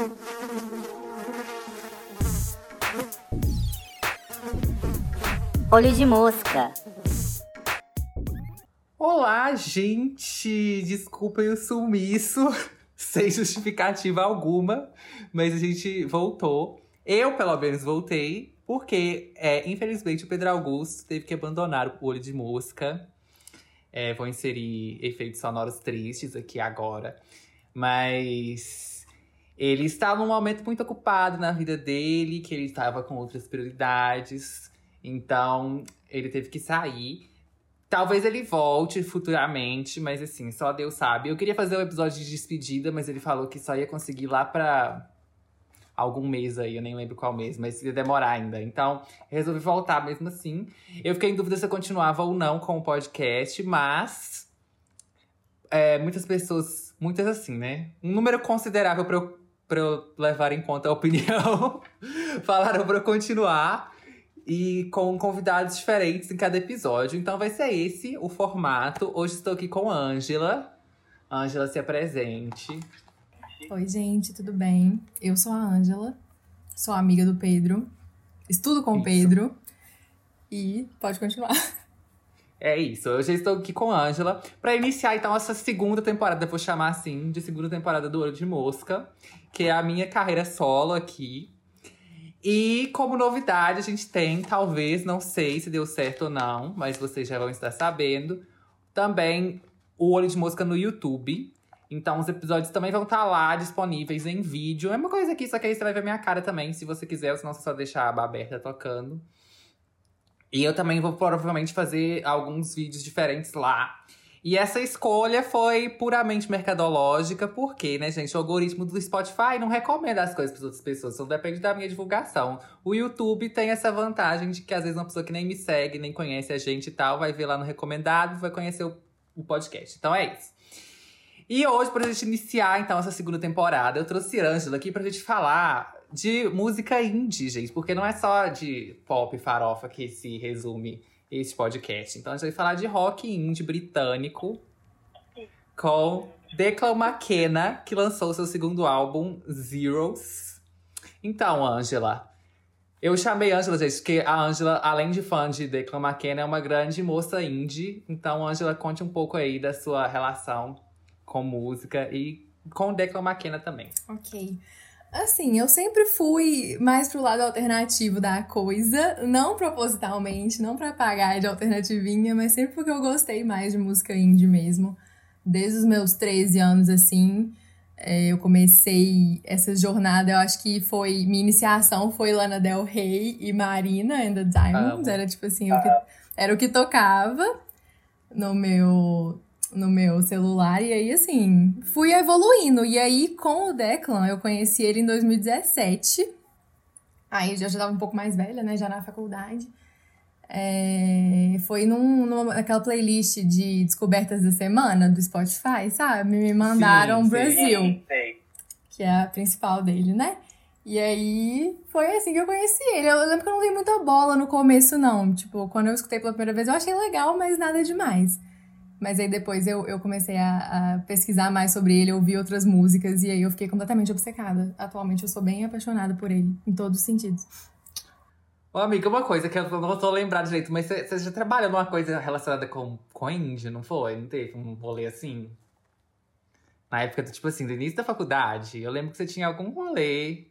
Olho de mosca. Olá, gente! Desculpem o sumiço, sem justificativa alguma, mas a gente voltou. Eu, pelo menos, voltei, porque, infelizmente, o Pedro Augusto teve que abandonar o Olho de Mosca. Vou inserir efeitos sonoros tristes aqui agora. Mas ele está num momento muito ocupado na vida dele, que ele estava com outras prioridades. Então, ele teve que sair. Talvez ele volte futuramente, mas assim, só Deus sabe. Eu queria fazer um episódio de despedida, mas ele falou que só ia conseguir lá pra algum mês aí, eu nem lembro qual mês, mas ia demorar ainda. Então, resolvi voltar mesmo assim. Eu fiquei em dúvida se eu continuava ou não com o podcast, mas muitas pessoas, muitas assim, né? Um número considerável pra eu levar em conta a opinião, falaram pra eu continuar. E com convidados diferentes em cada episódio. Então vai ser esse o formato. Hoje estou aqui com a Ângela. Ângela, se apresente. Oi, gente, tudo bem? Eu sou a Ângela, sou amiga do Pedro, estudo com o Pedro e pode continuar. É isso, hoje eu estou aqui com a Ângela para iniciar então essa segunda temporada, vou chamar assim, de segunda temporada do Olho de Mosca, que é a minha carreira solo aqui. E como novidade, a gente tem, talvez, não sei se deu certo ou não, mas vocês já vão estar sabendo, também o Olho de Mosca no YouTube. Então os episódios também vão estar lá, disponíveis em vídeo. É uma coisa aqui, só que aí você vai ver minha cara também, se você quiser, ou senão você só deixa a aba aberta tocando. E eu também vou provavelmente fazer alguns vídeos diferentes lá. E essa escolha foi puramente mercadológica, porque, né, gente, o algoritmo do Spotify não recomenda as coisas para outras pessoas, só depende da minha divulgação. O YouTube tem essa vantagem de que, às vezes, uma pessoa que nem me segue, nem conhece a gente e tal, vai ver lá no recomendado e vai conhecer o podcast. Então é isso. E hoje, pra gente iniciar, então, essa segunda temporada, eu trouxe a Ângela aqui pra gente falar de música indie, gente. Porque não é só de pop e farofa que se resume esse podcast. Então a gente vai falar de rock indie britânico com Declan McKenna, que lançou seu segundo álbum, Zeros. Então, Ângela, eu chamei Ângela, gente, porque a Ângela, além de fã de Declan McKenna, é uma grande moça indie. Então, Ângela, conte um pouco aí da sua relação com música e com Declan McKenna também. Ok. Assim, eu sempre fui mais pro lado alternativo da coisa, não propositalmente, não pra pagar de alternativinha, mas sempre porque eu gostei mais de música indie mesmo. Desde os meus 13 anos, assim, eu comecei essa jornada, eu acho que minha iniciação foi Lana Del Rey e Marina and the Diamonds. Era tipo assim, era o que tocava no meu celular, e aí, assim, fui evoluindo. E aí, com o Declan, eu conheci ele em 2017. Aí, já tava um pouco mais velha, né, já na faculdade. Foi naquela playlist de descobertas da semana do Spotify, sabe? Me mandaram Brasil, que é a principal dele, né? E aí, foi assim que eu conheci ele. Eu lembro que eu não dei muita bola no começo, não. Tipo, quando eu escutei pela primeira vez, eu achei legal, mas nada demais. Mas aí depois eu comecei a pesquisar mais sobre ele, ouvir outras músicas, e aí eu fiquei completamente obcecada. Atualmente eu sou bem apaixonada por ele, em todos os sentidos. Ô, amiga, uma coisa que eu não tô lembrado direito, mas você já trabalhou numa coisa relacionada com indie, não foi? Não teve um rolê assim? Na época, tipo assim, do início da faculdade, eu lembro que você tinha algum rolê.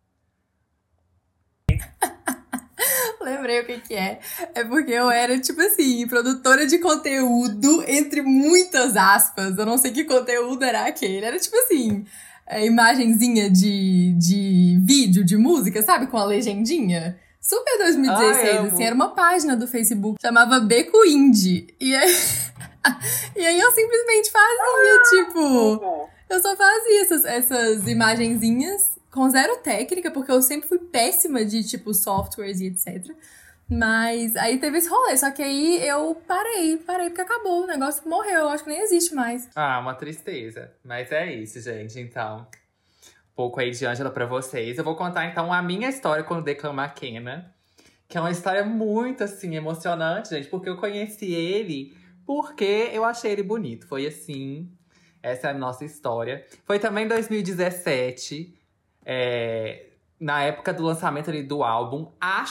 Lembrei o que é. É porque eu era, tipo assim, produtora de conteúdo, entre muitas aspas. Eu não sei que conteúdo era aquele. Era tipo assim, imagenzinha de vídeo, de música, sabe? Com a legendinha. Super 2016, assim. Era uma página do Facebook, chamava Beco Indie. E aí, e aí eu simplesmente fazia, tipo... Eu só fazia essas imagenzinhas com zero técnica, porque eu sempre fui péssima de, tipo, softwares e etc. Mas aí teve esse rolê, só que aí eu parei, porque acabou, o negócio morreu, eu acho que nem existe mais. Ah, uma tristeza. Mas é isso, gente, então. Um pouco aí de Ângela pra vocês. Eu vou contar, então, a minha história com o Declan McKenna, que é uma história muito, assim, emocionante, gente, porque eu conheci ele porque eu achei ele bonito. Foi assim, essa é a nossa história. Foi também em 2017. Na época do lançamento ali do álbum,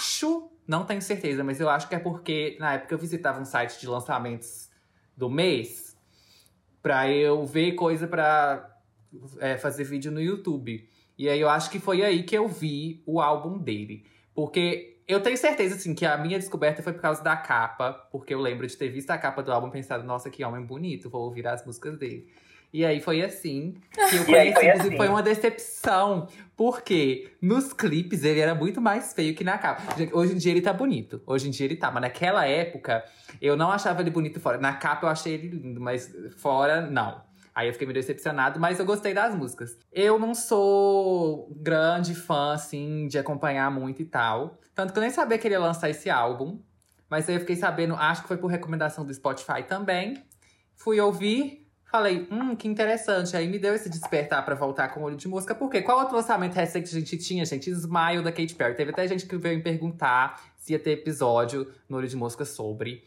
não tenho certeza, mas eu acho que é porque na época eu visitava um site de lançamentos do mês pra eu ver coisa pra fazer vídeo no YouTube. E aí eu acho que foi aí que eu vi o álbum dele. Porque eu tenho certeza, assim, que a minha descoberta foi por causa da capa. Porque eu lembro de ter visto a capa do álbum e pensado, nossa, que homem bonito, vou ouvir as músicas dele. E aí foi assim que eu conheci, inclusive foi uma decepção. Porque nos clipes ele era muito mais feio que na capa. Hoje em dia ele tá bonito, hoje em dia ele tá. Mas naquela época eu não achava ele bonito fora. Na capa eu achei ele lindo, mas fora não. Aí eu fiquei meio decepcionado, mas eu gostei das músicas. Eu não sou grande fã, assim, de acompanhar muito e tal. Tanto que eu nem sabia que ele ia lançar esse álbum. Mas aí eu fiquei sabendo, acho que foi por recomendação do Spotify também. Fui ouvir, falei, que interessante. Aí me deu esse despertar pra voltar com o Olho de Mosca. Por quê? Qual outro lançamento recente a gente tinha, gente? Smile, da Katy Perry. Teve até gente que veio me perguntar se ia ter episódio no Olho de Mosca sobre.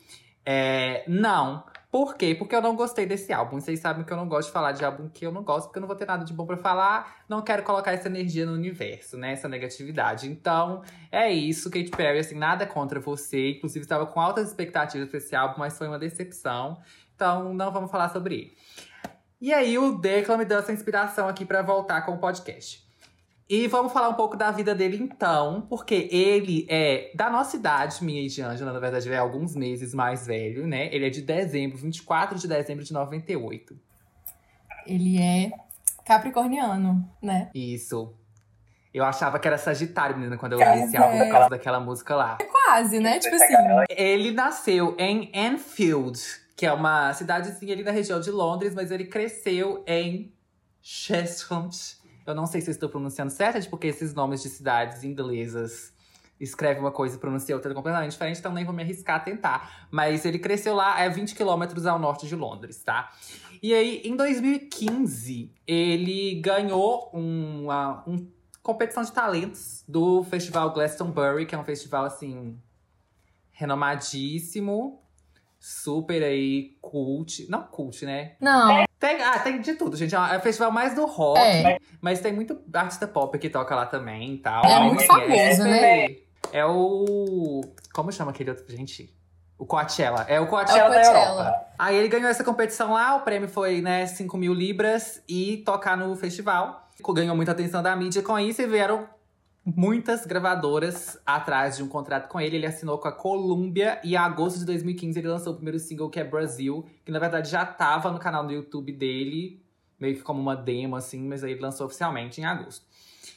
Não. Por quê? Porque eu não gostei desse álbum. Vocês sabem que eu não gosto de falar de álbum que eu não gosto, porque eu não vou ter nada de bom pra falar. Não quero colocar essa energia no universo, né? Essa negatividade. Então, é isso. Katy Perry, assim, nada contra você. Inclusive, estava com altas expectativas pra esse álbum, mas foi uma decepção. Então, não vamos falar sobre ele. E aí, o Declan me deu essa inspiração aqui pra voltar com o podcast. E vamos falar um pouco da vida dele, então. Porque ele é da nossa idade, minha e de Ângela. Na verdade, ele é alguns meses mais velho, né? Ele é de 24 de dezembro de 98. Ele é capricorniano, né? Isso. Eu achava que era Sagitário, menina, quando eu ouvi esse álbum por causa daquela música lá. Quase, né? Tipo assim. Ele nasceu em Enfield, que é uma cidadezinha ali na região de Londres. Mas ele cresceu em Chesham. Eu não sei se eu estou pronunciando certo, porque esses nomes de cidades inglesas escrevem uma coisa e pronunciam outra completamente diferente, então nem vou me arriscar a tentar. Mas ele cresceu lá, 20 quilômetros ao norte de Londres, tá? E aí, em 2015, ele ganhou uma competição de talentos do Festival Glastonbury, que é um festival, assim, renomadíssimo. Super aí, cult. Não cult, né? Não. Tem de tudo, gente. É o festival mais do rock. Mas tem muito artista pop que toca lá também e tal. É muito famoso, né? É o… Como chama aquele outro, gente? O Coachella. É o Coachella da Europa. Aí ele ganhou essa competição lá. O prêmio foi, né, 5 mil libras. E tocar no festival. Ganhou muita atenção da mídia com isso. E vieram muitas gravadoras atrás de um contrato com ele. Ele assinou com a Columbia e em agosto de 2015 ele lançou o primeiro single, que é Brazil, que na verdade já tava no canal do YouTube dele, meio que como uma demo, assim, mas aí ele lançou oficialmente em agosto.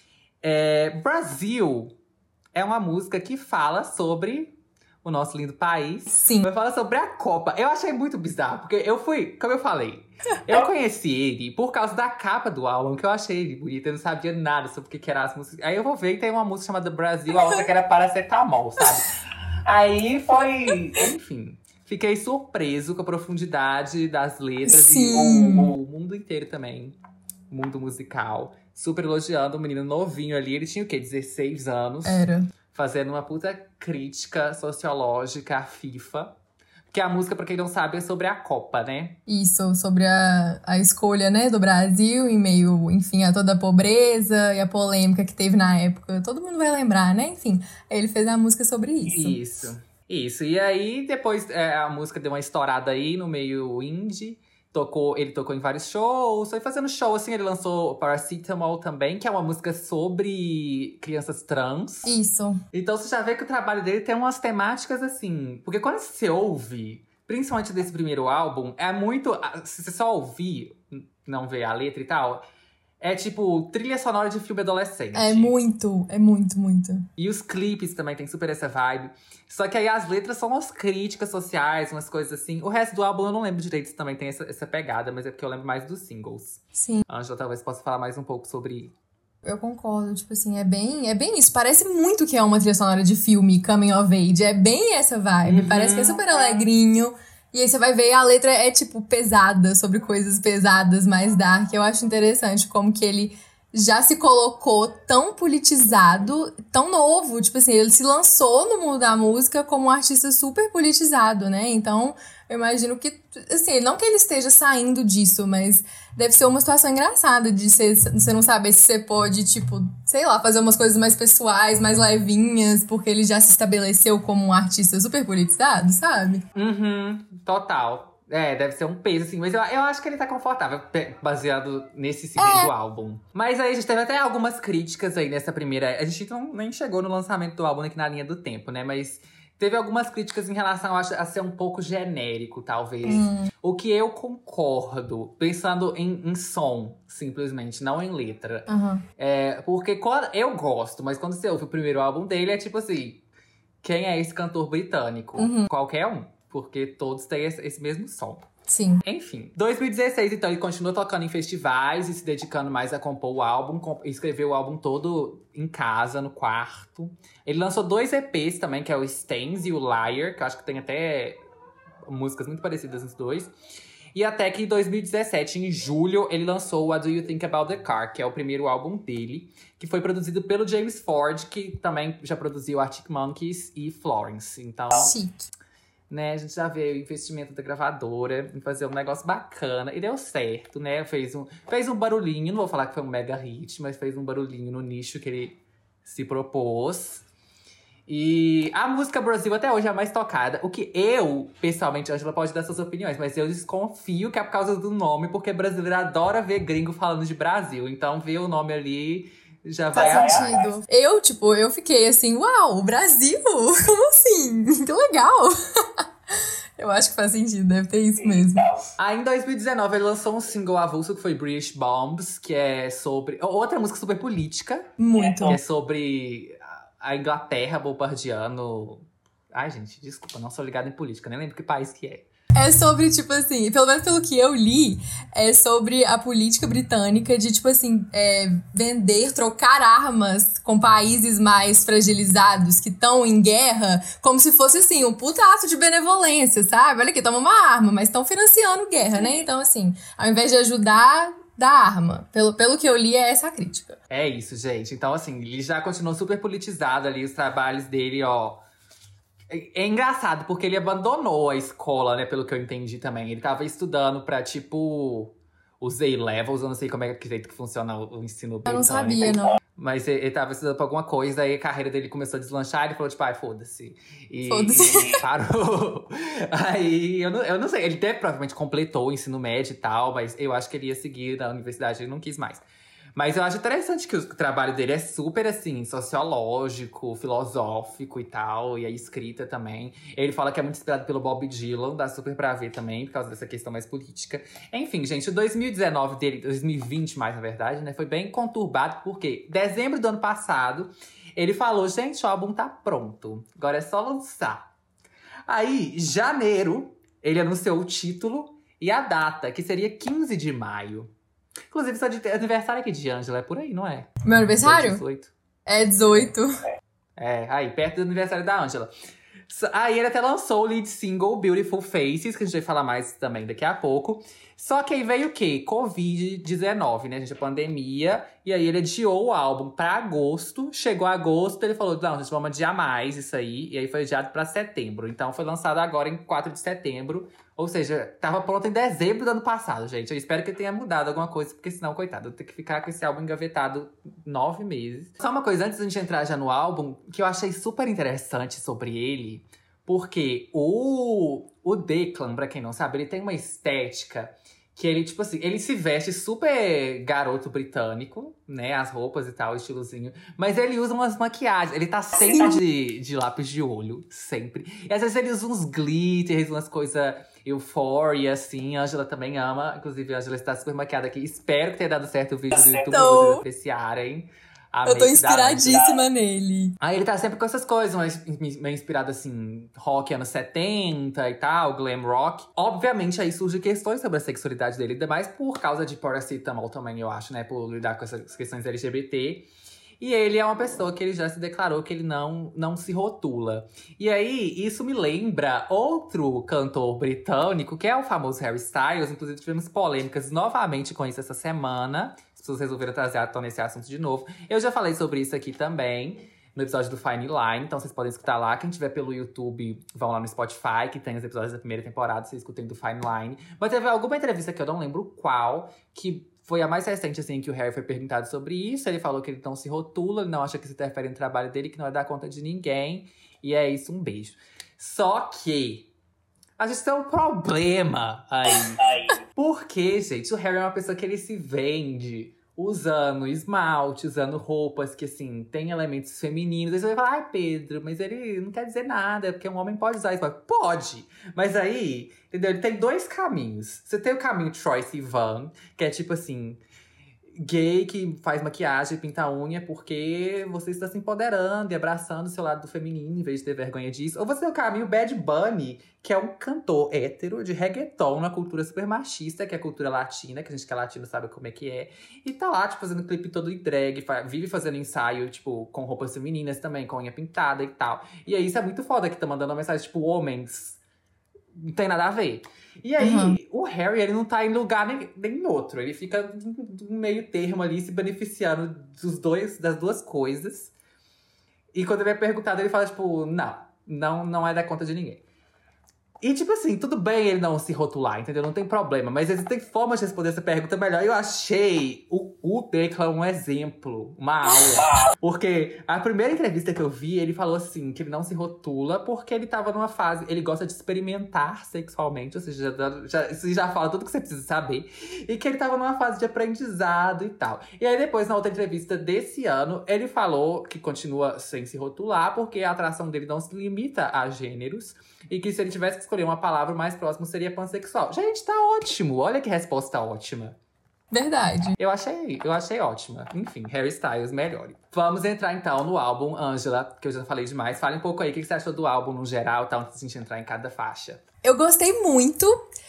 Brazil é uma música que fala sobre o nosso lindo país. Sim. Vai falar sobre a Copa. Eu achei muito bizarro, porque eu fui, como eu falei, eu conheci ele por causa da capa do álbum, que eu achei ele bonito. Eu não sabia nada sobre o que era as músicas. Aí eu vou ver que tem uma música chamada Brasil, a outra que era Paracetamol, sabe? Aí foi… Enfim, fiquei surpreso com a profundidade das letras. Sim. E o mundo inteiro também, o mundo musical. Super elogiando o menino novinho ali. Ele tinha o quê? 16 anos. Era. Fazendo uma puta crítica sociológica à FIFA. Porque a música, pra quem não sabe, é sobre a Copa, né? Isso, sobre a escolha, né, do Brasil em meio, enfim, a toda a pobreza e a polêmica que teve na época. Todo mundo vai lembrar, né? Enfim, ele fez a música sobre isso. Isso. E aí, depois, a música deu uma estourada aí no meio indie. Ele tocou em vários shows, foi fazendo show, assim, ele lançou Paracetamol também, que é uma música sobre crianças trans. Isso. Então você já vê que o trabalho dele tem umas temáticas assim, porque quando você ouve, principalmente desse primeiro álbum, é muito… Se você só ouvir, não ver a letra e tal… É tipo trilha sonora de filme adolescente. É muito. E os clipes também tem super essa vibe. Só que aí as letras são umas críticas sociais, umas coisas assim. O resto do álbum eu não lembro direito se também tem essa pegada, mas é porque eu lembro mais dos singles. Sim. Ângela talvez possa falar mais um pouco sobre… Eu concordo, tipo assim, é bem isso. Parece muito que é uma trilha sonora de filme, Coming of Age. É bem essa vibe. Parece que é super alegrinho. E aí você vai ver, a letra é, tipo, pesada, sobre coisas pesadas, mais dark. Eu acho interessante como que ele já se colocou tão politizado, tão novo. Tipo assim, ele se lançou no mundo da música como um artista super politizado, né? Então, eu imagino que, assim, não que ele esteja saindo disso, mas deve ser uma situação engraçada de você não saber se você pode, tipo, sei lá, fazer umas coisas mais pessoais, mais levinhas, porque ele já se estabeleceu como um artista super politizado, sabe? Uhum, total. É, deve ser um peso, assim. Mas eu acho que ele tá confortável, baseado nesse segundo álbum. Mas aí a gente teve até algumas críticas aí nessa primeira… A gente nem chegou no lançamento do álbum aqui na linha do tempo, né? Mas teve algumas críticas em relação a ser um pouco genérico, talvez. O que eu concordo, pensando em som, simplesmente, não em letra. Porque eu gosto, mas quando você ouve o primeiro álbum dele, é tipo assim… Quem é esse cantor britânico? Qualquer um. Porque todos têm esse mesmo som. Sim. Enfim, 2016, então, ele continuou tocando em festivais e se dedicando mais a compor o álbum. Escreveu o álbum todo em casa, no quarto. Ele lançou 2 EPs também, que é o Stains e o Liar, que eu acho que tem até músicas muito parecidas nos dois. E até que em 2017, em julho, ele lançou o What Do You Think About The Car, que é o primeiro álbum dele, que foi produzido pelo James Ford, que também já produziu Arctic Monkeys e Florence. Então… Chique. Né, a gente já vê o investimento da gravadora em fazer um negócio bacana. E deu certo, né? Fez um barulhinho, não vou falar que foi um mega hit, mas fez um barulhinho no nicho que ele se propôs. E a música Brasil até hoje é a mais tocada. O que eu, pessoalmente, Angela pode dar suas opiniões, mas eu desconfio que é por causa do nome, porque brasileiro adora ver gringo falando de Brasil. Então, ver o nome ali… Já vai Faz sentido. Eu fiquei assim, uau, Brasil? Como assim? Que legal! Eu acho que faz sentido, deve ter isso mesmo. Aí, em 2019, ele lançou um single avulso, que foi British Bombs, que é sobre… Outra música super política. Muito. Que é sobre a Inglaterra bombardeando… Ai, gente, desculpa, não sou ligada em política, nem lembro que país que é. É sobre, tipo assim, pelo menos pelo que eu li, é sobre a política britânica de, tipo assim, vender, trocar armas com países mais fragilizados que estão em guerra, como se fosse, assim, um puta ato de benevolência, sabe? Olha aqui, toma uma arma, mas estão financiando guerra, né? Então, assim, ao invés de ajudar, dá arma. Pelo que eu li, é essa a crítica. É isso, gente. Então, assim, ele já continuou super politizado ali, os trabalhos dele, ó… É engraçado, porque ele abandonou a escola, né? Pelo que eu entendi também. Ele tava estudando pra, tipo… Os A-levels, eu não sei como é que funciona o ensino britânico. Eu não sabia, não. Mas ele tava estudando pra alguma coisa, aí a carreira dele começou a deslanchar. Ele falou, tipo, ai, foda-se. Foda-se. E parou. Aí, eu não sei. Ele até provavelmente completou o ensino médio e tal. Mas eu acho que ele ia seguir na universidade, ele não quis mais. Mas eu acho interessante que o trabalho dele é super, assim, sociológico, filosófico e tal. E a escrita também. Ele fala que é muito inspirado pelo Bob Dylan, dá super pra ver também, por causa dessa questão mais política. Enfim, gente, o 2019 dele, 2020 mais, na verdade, né? Foi bem conturbado, porque dezembro do ano passado, ele falou, gente, o álbum tá pronto. Agora é só lançar. Aí, janeiro, ele anunciou o título e a data, que seria 15 de maio. Inclusive, seu aniversário aqui de Angela é por aí, não é? Meu aniversário? 18. É 18. Aí, perto do aniversário da Angela. Aí ele até lançou o lead single Beautiful Faces, que a gente vai falar mais também daqui a pouco. Só que aí veio o quê? Covid-19, né, gente? A pandemia. E aí ele adiou o álbum pra agosto. Chegou agosto, ele falou, não, gente, vamos adiar mais isso aí. E aí foi adiado pra setembro. Então foi lançado agora em 4 de setembro. Ou seja, tava pronto em dezembro do ano passado, gente. Eu espero que tenha mudado alguma coisa, porque senão, coitado, eu tenho que ficar com esse álbum engavetado 9 meses. Só uma coisa, antes da gente entrar já no álbum, que eu achei super interessante sobre ele, porque o Declan, pra quem não sabe, ele tem uma estética que ele, tipo assim, ele se veste super garoto britânico, né? As roupas e tal, estilozinho. Mas ele usa umas maquiagens. Ele tá sempre de lápis de olho, sempre. E às vezes ele usa uns glitters, umas coisas euphoria, assim. A Angela também ama. Inclusive, a Angela está super maquiada aqui. Espero que tenha dado certo o vídeo do YouTube pra vocês apreciarem. Eu tô inspiradíssima nele. Aí ele tá sempre com essas coisas, meio inspirado assim, rock anos 70 e tal, glam rock. Obviamente aí surgem questões sobre a sexualidade dele, ainda mais por causa de Paracetamol também, eu acho, né? Por lidar com essas questões LGBT. E ele é uma pessoa que ele já se declarou que ele não se rotula. E aí, isso me lembra outro cantor britânico, que é o famoso Harry Styles. Inclusive, tivemos polêmicas novamente com isso essa semana. pessoas resolveram trazer à tona esse assunto de novo. Eu já falei sobre isso aqui também, no episódio do Fine Line. Então vocês podem escutar lá. Quem tiver pelo YouTube, vão lá no Spotify, que tem os episódios da primeira temporada, vocês escutem do Fine Line. Mas teve alguma entrevista que eu não lembro qual, que foi a mais recente, assim, que o Harry foi perguntado sobre isso. Ele falou que ele não se rotula, ele não acha que isso interfere no trabalho dele, que não vai dar conta de ninguém. E é isso, um beijo. Só que a gente tem um problema aí. Porque, gente, o Harry é uma pessoa que ele se vende usando esmalte, usando roupas que, assim, tem elementos femininos. Aí você vai falar, ai, Pedro, mas ele não quer dizer nada, porque um homem pode usar esmalte. Pode! Mas aí, entendeu? Ele tem dois caminhos. Você tem o caminho Troye Sivan, que é tipo assim, gay que faz maquiagem e pinta a unha porque você está se empoderando e abraçando o seu lado do feminino em vez de ter vergonha disso. Ou você tem o caminho Bad Bunny, que é um cantor hétero de reggaeton na cultura super machista, que é a cultura latina, que a gente que é latino sabe como é que é. E tá lá, tipo, fazendo clipe todo em drag, vive fazendo ensaio, tipo, com roupas femininas também, com unha pintada e tal. E aí isso é muito foda, que tá mandando uma mensagem, tipo, homens, não tem nada a ver. E aí, o Harry, ele não tá em lugar nem outro. Ele fica no meio termo ali, se beneficiando das duas coisas. E quando ele é perguntado, ele fala, tipo, não é da conta de ninguém. E, tipo assim, tudo bem ele não se rotular, entendeu? Não tem problema. Mas existem formas de responder essa pergunta melhor. E eu achei o Declan um exemplo, uma aula. Porque a primeira entrevista que eu vi, ele falou assim, que ele não se rotula porque ele tava numa fase… Ele gosta de experimentar sexualmente, ou seja, isso já fala tudo que você precisa saber. E que ele tava numa fase de aprendizado e tal. E aí depois, na outra entrevista desse ano, ele falou que continua sem se rotular porque a atração dele não se limita a gêneros. E que se ele tivesse que escolher uma palavra, o mais próximo seria pansexual. Gente, tá ótimo! Olha que resposta ótima. Verdade. Eu achei ótima. Enfim, Harry Styles, melhor. Vamos entrar então no álbum, Ângela, que eu já falei demais. Fale um pouco aí o que você achou do álbum no geral, tá? Antes de a gente entrar em cada faixa. Eu gostei muito,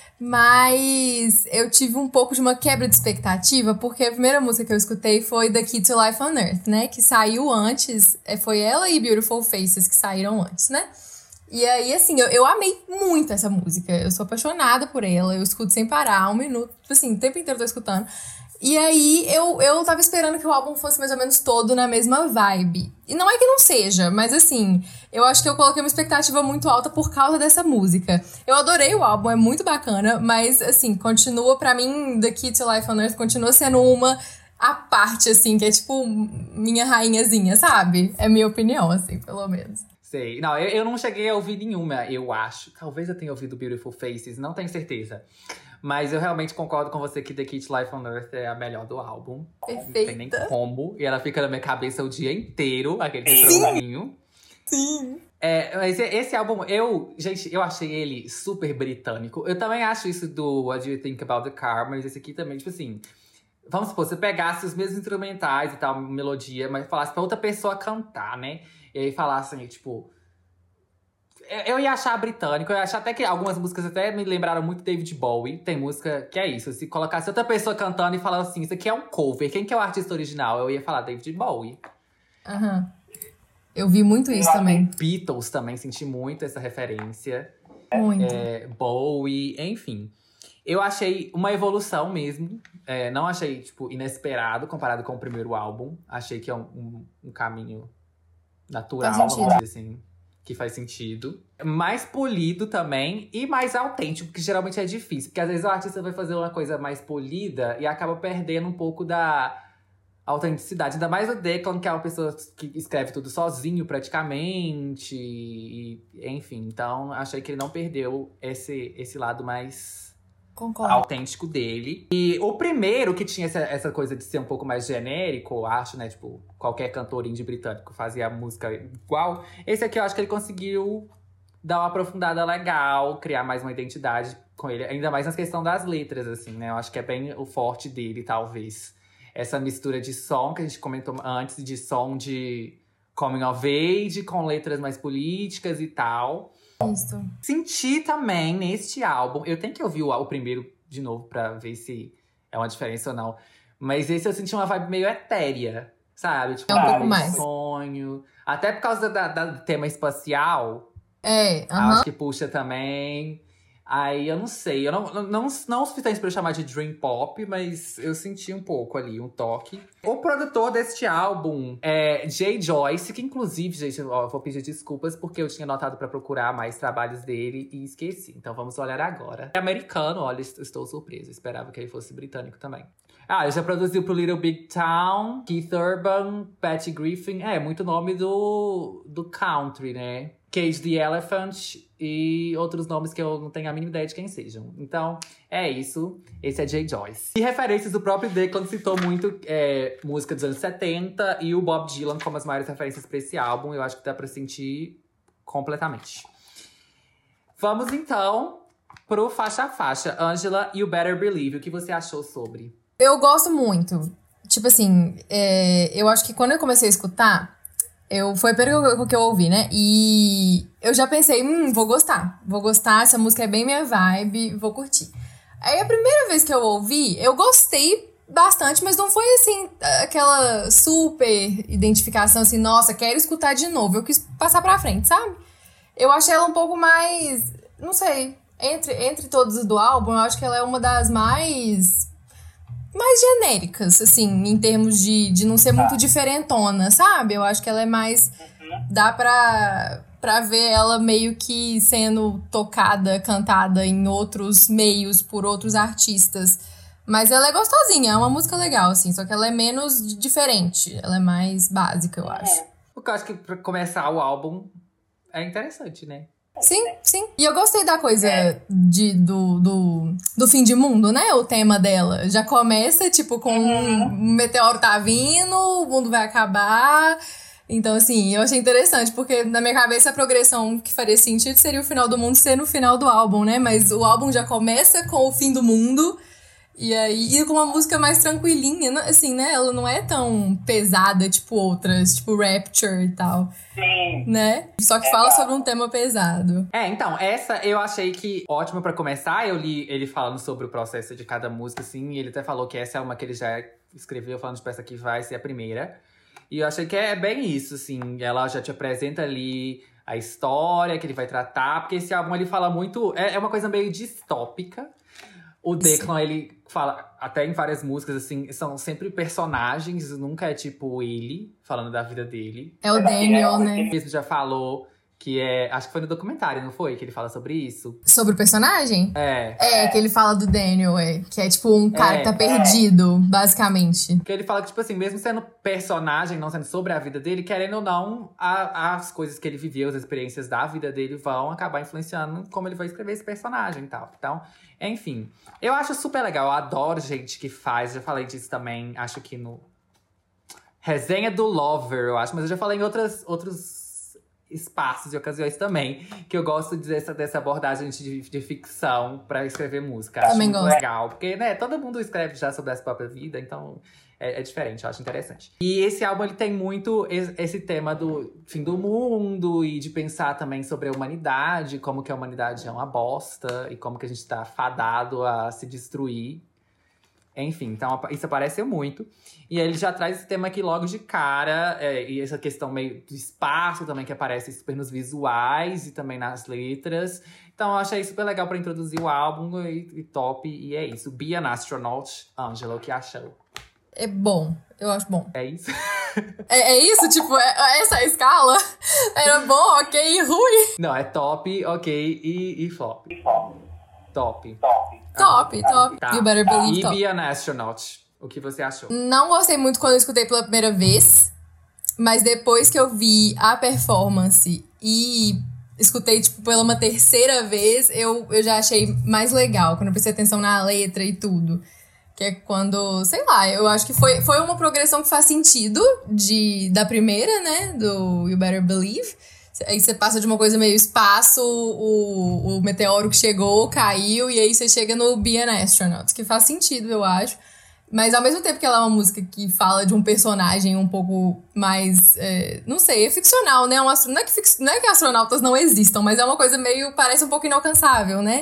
mas eu tive um pouco de uma quebra de expectativa, porque a primeira música que eu escutei foi The Key to Life on Earth, né? Que saiu antes, foi ela e Beautiful Faces que saíram antes, né? E aí, assim, eu amei muito essa música. Eu sou apaixonada por ela. Eu escuto sem parar, 1 minuto. Assim, o tempo inteiro eu tô escutando. E aí, eu tava esperando que o álbum fosse mais ou menos todo na mesma vibe. E não é que não seja, mas assim… Eu acho que eu coloquei uma expectativa muito alta por causa dessa música. Eu adorei o álbum, é muito bacana. Mas, assim, continua pra mim… The Key to Life on Earth continua sendo uma… A parte, assim, que é tipo minha rainhazinha, sabe? É minha opinião, assim, pelo menos. Sei. Não, eu não cheguei a ouvir nenhuma, eu acho. Talvez eu tenha ouvido Beautiful Faces, não tenho certeza. Mas eu realmente concordo com você que The Key to Life on Earth é a melhor do álbum. Perfeita. Não tem nem como. E ela fica na minha cabeça o dia inteiro, aquele refrãozinho. Sim. Mas esse álbum, gente, eu achei ele super britânico. Eu também acho isso do What Do You Think About the Car, mas esse aqui também, tipo assim… Vamos supor, você pegasse os mesmos instrumentais e tal, melodia, mas falasse pra outra pessoa cantar, né? E aí falasse assim, tipo… Eu ia achar britânico, eu ia achar até que algumas músicas até me lembraram muito David Bowie. Tem música que é isso, se colocasse outra pessoa cantando e falando assim, isso aqui é um cover, quem que é o artista original? Eu ia falar David Bowie. Eu vi muito isso também. Beatles também, senti muito essa referência. Muito. Bowie, enfim. Eu achei uma evolução mesmo. Não achei, tipo, inesperado comparado com o primeiro álbum. Achei que é um caminho natural, vamos dizer assim, que faz sentido. Mais polido também e mais autêntico, que geralmente é difícil. Porque às vezes o artista vai fazer uma coisa mais polida e acaba perdendo um pouco da autenticidade. Ainda mais o Declan, que é uma pessoa que escreve tudo sozinho, praticamente. Enfim, então achei que ele não perdeu esse lado mais… Concordo. Autêntico dele. E o primeiro, que tinha essa coisa de ser um pouco mais genérico, acho, né? Tipo, qualquer cantor indie britânico fazia a música igual. Esse aqui eu acho que ele conseguiu dar uma aprofundada legal, criar mais uma identidade com ele. Ainda mais na questão das letras, assim, né? Eu acho que é bem o forte dele, talvez. Essa mistura de som que a gente comentou antes, de som de coming of age, com letras mais políticas e tal. Isso. Senti também neste álbum, eu tenho que ouvir o primeiro de novo pra ver se é uma diferença ou não. Mas esse eu senti uma vibe meio etérea, sabe? Tipo, um pouco mais. Sonho. Até por causa do tema espacial. É, Acho que puxa também. Aí eu não sei, eu não o suficiente pra eu chamar de Dream Pop, mas eu senti um pouco ali, um toque. O produtor deste álbum é Jay Joyce, que inclusive, gente, ó, eu vou pedir desculpas porque eu tinha notado pra procurar mais trabalhos dele e esqueci. Então vamos olhar agora. É americano, olha, estou surpresa, esperava que ele fosse britânico também. Ah, ele já produziu pro Little Big Town, Keith Urban, Patty Griffin. É, muito nome do country, né? Cage the Elephant e outros nomes que eu não tenho a mínima ideia de quem sejam. Então, é isso. Esse é Jay Joyce. E referências, o próprio Declan citou muito música dos anos 70 e o Bob Dylan como as maiores referências pra esse álbum. Eu acho que dá pra sentir completamente. Vamos, então, pro faixa a faixa. Angela, You Better Believe. O que você achou sobre? Eu gosto muito. Tipo assim, eu acho que quando eu comecei a escutar, foi a primeira que eu ouvi, né? E eu já pensei, vou gostar. Vou gostar, essa música é bem minha vibe, vou curtir. Aí a primeira vez que eu ouvi, eu gostei bastante, mas não foi assim, aquela super identificação assim, nossa, quero escutar de novo. Eu quis passar pra frente, sabe? Eu achei ela um pouco mais, não sei, entre todas do álbum, eu acho que ela é uma das mais genéricas, assim, em termos de não ser muito diferentona, sabe? Eu acho que ela é mais... Dá pra ver ela meio que sendo tocada, cantada em outros meios por outros artistas. Mas ela é gostosinha, é uma música legal, assim, só que ela é menos diferente. Ela é mais básica, eu acho. Porque eu acho que pra começar o álbum é interessante, né? Sim, sim. E eu gostei da coisa do fim de mundo, né? O tema dela. Já começa, tipo, com um meteoro tá vindo, o mundo vai acabar. Então, assim, eu achei interessante, porque na minha cabeça a progressão que faria sentido seria o final do mundo ser no final do álbum, né? Mas o álbum já começa com o fim do mundo. E aí, com uma música mais tranquilinha, assim, né? Ela não é tão pesada, tipo outras, tipo Rapture e tal. Sim. Né? Só que fala sobre um tema pesado. Então, essa eu achei que ótima pra começar. Eu li ele falando sobre o processo de cada música, assim. E ele até falou que essa é uma que ele já escreveu, falando de essa que vai ser a primeira. E eu achei que é bem isso, assim. Ela já te apresenta ali a história que ele vai tratar. Porque esse álbum, ele fala muito... É uma coisa meio distópica. O Declan, ele fala, até em várias músicas, assim, são sempre personagens, nunca é tipo ele, falando da vida dele. É o Daniel, né? Ele mesmo já falou que acho que foi no documentário, não foi? Que ele fala sobre isso. Sobre o personagem? É. Que ele fala do Daniel, que é tipo um cara que tá perdido, basicamente. Porque ele fala que, tipo assim, mesmo sendo personagem, não sendo sobre a vida dele, querendo ou não, as coisas que ele viveu, as experiências da vida dele vão acabar influenciando como ele vai escrever esse personagem e tal. Então, enfim. Eu acho super legal, eu adoro gente que faz, já falei disso também, acho que no Resenha do Lover, eu acho, mas eu já falei em outros espaços e ocasiões também, que eu gosto dessa abordagem de ficção pra escrever música. Acho muito legal, porque, né, todo mundo escreve já sobre a sua própria vida, então é diferente, eu acho interessante. E esse álbum, ele tem muito esse tema do fim do mundo e de pensar também sobre a humanidade, como que a humanidade é uma bosta e como que a gente tá fadado a se destruir. Enfim, então isso apareceu muito. E aí ele já traz esse tema aqui logo de cara. E essa questão meio do espaço também, que aparece super nos visuais e também nas letras. Então eu achei super legal pra introduzir o álbum e top. E é isso. Be an Astronaut, Angela, o que achou? É bom, eu acho bom. É isso? É isso? Tipo, essa é a escala? Era bom, ok e ruim? Não, é top, ok e flop. Top. Top. Tá. You Better Believe, e top. Be an Astronaut, o que você achou? Não gostei muito quando eu escutei pela primeira vez, mas depois que eu vi a performance e escutei, tipo, pela uma terceira vez, eu já achei mais legal, quando eu prestei atenção na letra e tudo. Que é quando, sei lá, eu acho que foi uma progressão que faz sentido da primeira, né, do You Better Believe. Aí você passa de uma coisa meio espaço, o meteoro que chegou, caiu, e aí você chega no Be an Astronaut, que faz sentido, eu acho. Mas ao mesmo tempo que ela é uma música que fala de um personagem um pouco mais, não sei, é ficcional, né? Não é que astronautas não existam, mas é uma coisa meio, parece um pouco inalcançável, né?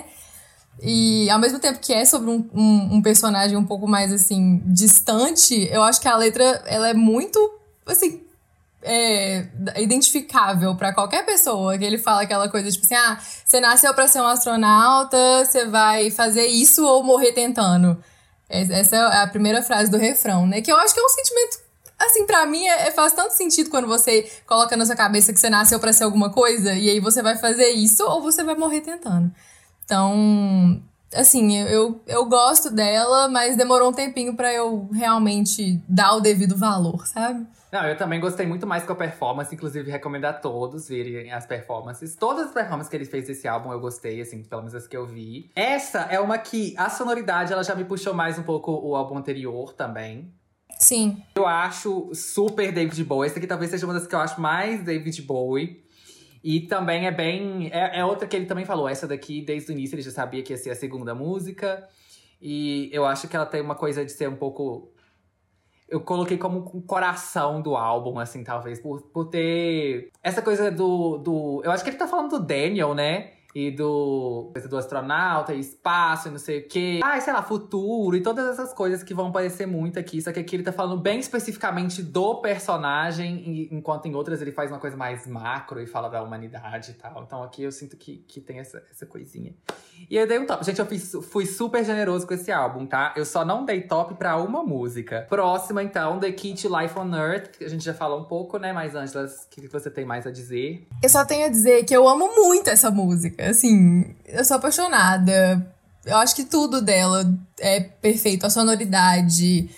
E ao mesmo tempo que é sobre um personagem um pouco mais, assim, distante, eu acho que a letra, ela é muito, assim, identificável pra qualquer pessoa, que ele fala aquela coisa, tipo assim, você nasceu pra ser um astronauta, você vai fazer isso ou morrer tentando. Essa é a primeira frase do refrão, né? Que eu acho que é um sentimento, assim, pra mim faz tanto sentido quando você coloca na sua cabeça que você nasceu pra ser alguma coisa, e aí você vai fazer isso ou você vai morrer tentando. Então, assim, eu gosto dela, mas demorou um tempinho pra eu realmente dar o devido valor, sabe? Não, eu também gostei muito mais com a performance, inclusive recomendo a todos verem as performances. Todas as performances que ele fez desse álbum eu gostei, assim, pelo menos as que eu vi. Essa é uma que a sonoridade, ela já me puxou mais um pouco o álbum anterior também. Sim. Eu acho super David Bowie. Essa aqui talvez seja uma das que eu acho mais David Bowie. E também é bem... É outra que ele também falou. Essa daqui, desde o início, ele já sabia que ia ser a segunda música. E eu acho que ela tem uma coisa de ser um pouco... Eu coloquei como o coração do álbum, assim, talvez. Por ter essa coisa do... Eu acho que ele tá falando do Daniel, né? E do astronauta, e espaço, e não sei o quê. Sei lá, futuro e todas essas coisas que vão aparecer muito aqui. Só que aqui ele tá falando bem especificamente do personagem, enquanto em outras ele faz uma coisa mais macro e fala da humanidade e tal. Então aqui eu sinto que tem essa coisinha. E eu dei um top. Gente, eu fui super generoso com esse álbum, tá? Eu só não dei top pra uma música. Próxima, então, The Key to Life on Earth. Que a gente já falou um pouco, né? Mas, Ângela, o que você tem mais a dizer? Eu só tenho a dizer que eu amo muito essa música. Assim, eu sou apaixonada. Eu acho que tudo dela é perfeito. A sonoridade,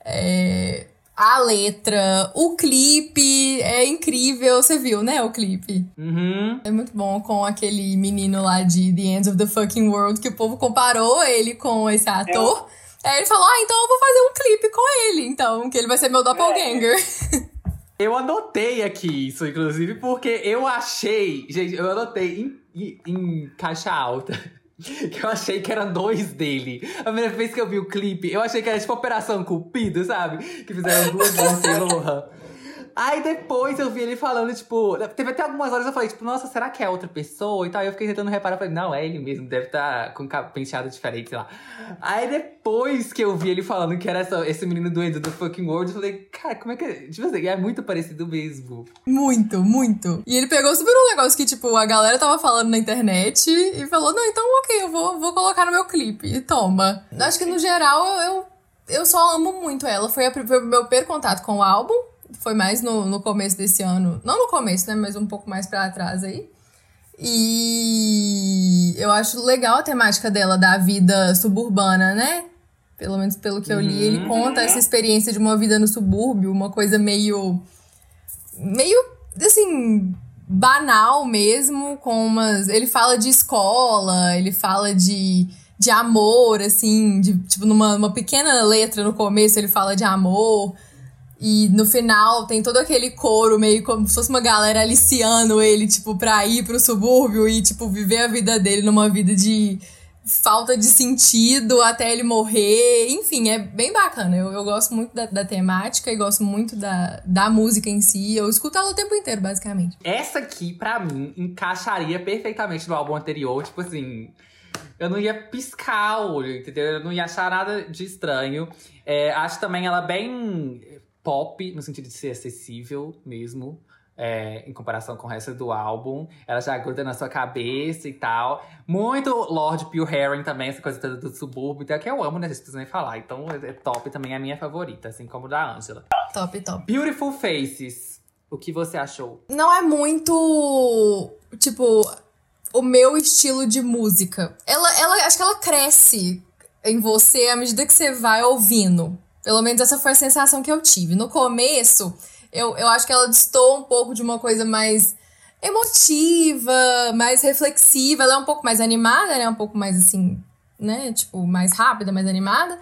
a letra, o clipe é incrível. Você viu, né, o clipe? Uhum. É muito bom, com aquele menino lá de The End of the Fucking World, que o povo comparou ele com esse ator. Aí ele falou, então eu vou fazer um clipe com ele, então, que ele vai ser meu doppelganger. Eu anotei aqui isso, inclusive, porque eu achei... Gente, eu anotei em caixa alta. Que eu achei que eram dois dele. A primeira vez que eu vi o clipe, eu achei que era tipo Operação Cupido, sabe? Que fizeram duas Lindsay Lohan. Aí depois eu vi ele falando, tipo... Teve até algumas horas eu falei, tipo, nossa, será que é outra pessoa? E tal, aí eu fiquei tentando reparar, eu falei, não, é ele mesmo, deve estar com penteado diferente, sei lá. Aí depois que eu vi ele falando que era esse menino do End do Fucking World, eu falei, cara, como é que... Tipo assim, é muito parecido mesmo. Muito, muito. E ele pegou super um negócio que, tipo, a galera tava falando na internet e falou, não, então ok, eu vou colocar no meu clipe. E toma. Acho que no geral, eu só amo muito ela. Foi o meu primeiro contato com o álbum. Foi mais no começo desse ano. Não no começo, né? Mas um pouco mais pra trás aí. E eu acho legal a temática dela, da vida suburbana, né? Pelo menos pelo que eu li. Ele conta essa experiência de uma vida no subúrbio. Uma coisa meio assim, banal mesmo. Ele fala de escola, ele fala de amor, assim. Tipo, numa pequena letra no começo ele fala de amor. E no final tem todo aquele coro meio como se fosse uma galera aliciando ele, tipo, pra ir pro subúrbio e, tipo, viver a vida dele numa vida de falta de sentido até ele morrer. Enfim, é bem bacana. Eu gosto muito da temática e gosto muito da música em si. Eu escuto ela o tempo inteiro, basicamente. Essa aqui, pra mim, encaixaria perfeitamente no álbum anterior. Tipo assim, eu não ia piscar o olho, entendeu? Eu não ia achar nada de estranho. Acho também ela bem... pop, no sentido de ser acessível mesmo, em comparação com o resto do álbum. Ela já gruda na sua cabeça e tal. Muito Lord Pure Herring também, essa coisa toda do subúrbio, então, que eu amo, né? Não precisa nem falar. Então, é top também, é a minha favorita, assim como da Ângela. Top, top. Beautiful Faces, o que você achou? Não é muito, tipo, o meu estilo de música. Acho que ela cresce em você à medida que você vai ouvindo. Pelo menos essa foi a sensação que eu tive. No começo, eu acho que ela destoa um pouco de uma coisa mais emotiva, mais reflexiva. Ela é um pouco mais animada, né? Um pouco mais assim, né? Tipo, mais rápida, mais animada.